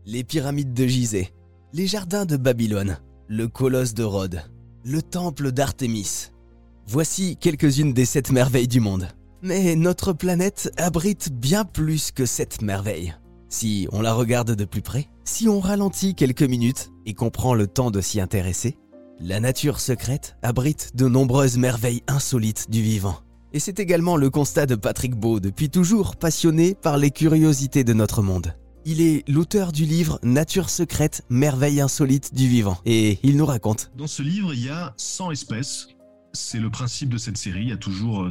les pyramides de Gizeh, les jardins de Babylone, le colosse de Rhodes, le temple d'Artémis. Voici quelques-unes des 7 merveilles du monde. Mais notre planète abrite bien plus que 7 merveilles. Si on la regarde de plus près, si on ralentit quelques minutes et qu'on prend le temps de s'y intéresser, la nature secrète abrite de nombreuses merveilles insolites du vivant. Et c'est également le constat de Patrick Beau, depuis toujours passionné par les curiosités de notre monde. Il est l'auteur du livre Nature secrète, merveilles insolites du vivant. Et il nous raconte. Dans ce livre, il y a 100 espèces. C'est le principe de cette série. Il y a toujours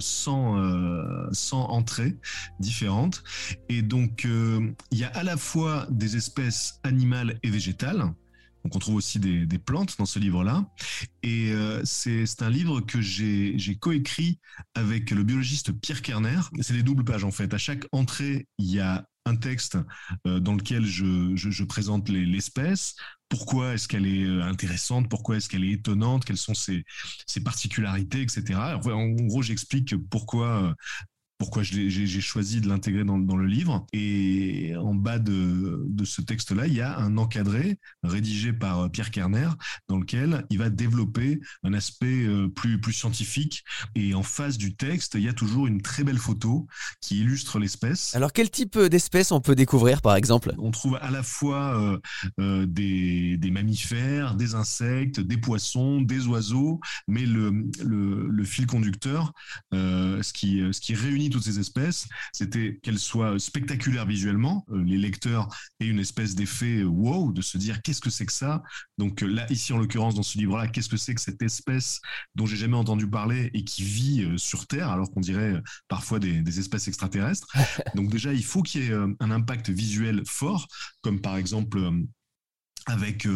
100 entrées différentes. Et donc, il y a à la fois des espèces animales et végétales. Donc on trouve aussi des plantes dans ce livre-là. Et c'est un livre que j'ai coécrit avec le biologiste Pierre Kerner. C'est des doubles pages en fait. À chaque entrée, il y a un texte dans lequel je présente l'espèce. Pourquoi est-ce qu'elle est intéressante? Pourquoi est-ce qu'elle est étonnante? Quelles sont ses particularités, etc. En gros, j'explique pourquoi j'ai choisi de l'intégrer dans le livre. Et en bas de ce texte-là, il y a un encadré rédigé par Pierre Kerner dans lequel il va développer un aspect plus scientifique. Et en face du texte, il y a toujours une très belle photo qui illustre l'espèce. Alors quel type d'espèces on peut découvrir par exemple? On trouve à la fois des mammifères, des insectes, des poissons, des oiseaux, mais le fil conducteur, ce qui réunit toutes ces espèces, c'était qu'elles soient spectaculaires visuellement, les lecteurs aient une espèce d'effet wow, de se dire qu'est-ce que c'est que ça? Donc là, ici en l'occurrence dans ce livre-là, qu'est-ce que c'est que cette espèce dont j'ai jamais entendu parler et qui vit sur Terre, alors qu'on dirait parfois des espèces extraterrestres. Donc déjà, il faut qu'il y ait un impact visuel fort, comme par exemple avec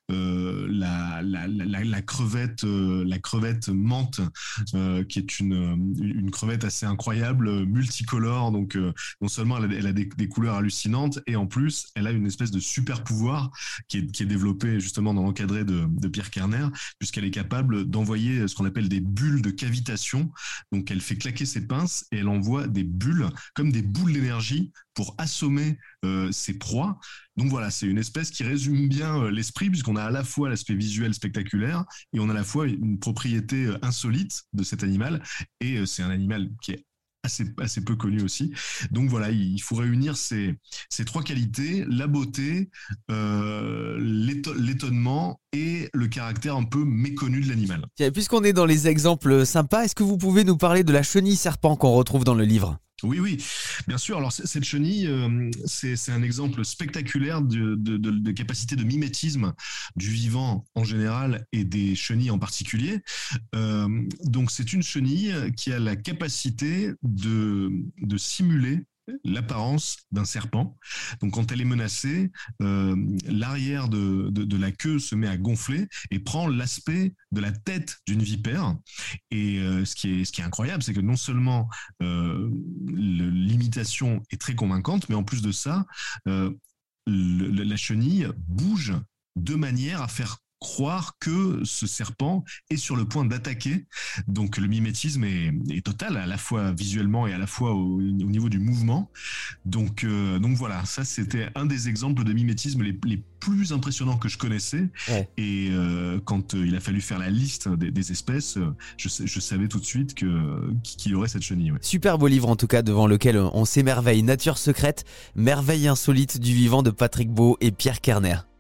la crevette menthe, qui est une crevette assez incroyable, multicolore. Donc non seulement elle a des couleurs hallucinantes, et en plus elle a une espèce de super pouvoir qui est développé justement dans l'encadré de Pierre Kerner, puisqu'elle est capable d'envoyer ce qu'on appelle des bulles de cavitation. Donc elle fait claquer ses pinces et elle envoie des bulles comme des boules d'énergie pour assommer ses proies. Donc voilà, c'est une espèce qui résume bien l'esprit, puisqu'on a à la fois l'aspect visuel spectaculaire et on a à la fois une propriété insolite de cet animal. Et c'est un animal qui est assez peu connu aussi. Donc voilà, il faut réunir ces 3 qualités: la beauté, l'étonnement et le caractère un peu méconnu de l'animal. Tiens, puisqu'on est dans les exemples sympas, est-ce que vous pouvez nous parler de la chenille serpent qu'on retrouve dans le livre? Oui, bien sûr. Alors cette chenille, c'est un exemple spectaculaire de capacité de mimétisme du vivant en général et des chenilles en particulier. Donc c'est une chenille qui a la capacité de simuler l'apparence d'un serpent. Donc quand elle est menacée, l'arrière de la queue se met à gonfler et prend l'aspect de la tête d'une vipère. Et ce qui est incroyable, c'est que non seulement l'imitation est très convaincante, mais en plus de ça, la chenille bouge de manière à faire croire que ce serpent est sur le point d'attaquer. Donc le mimétisme est total, à la fois visuellement et à la fois au niveau du mouvement. Donc voilà, ça c'était un des exemples de mimétisme les plus impressionnants que je connaissais. Ouais. Et quand il a fallu faire la liste des espèces, je savais tout de suite qu'il y aurait cette chenille. Ouais. Super beau livre en tout cas, devant lequel on s'émerveille. Nature secrète, merveilles insolites du vivant de Patrick Beau et Pierre Kerner.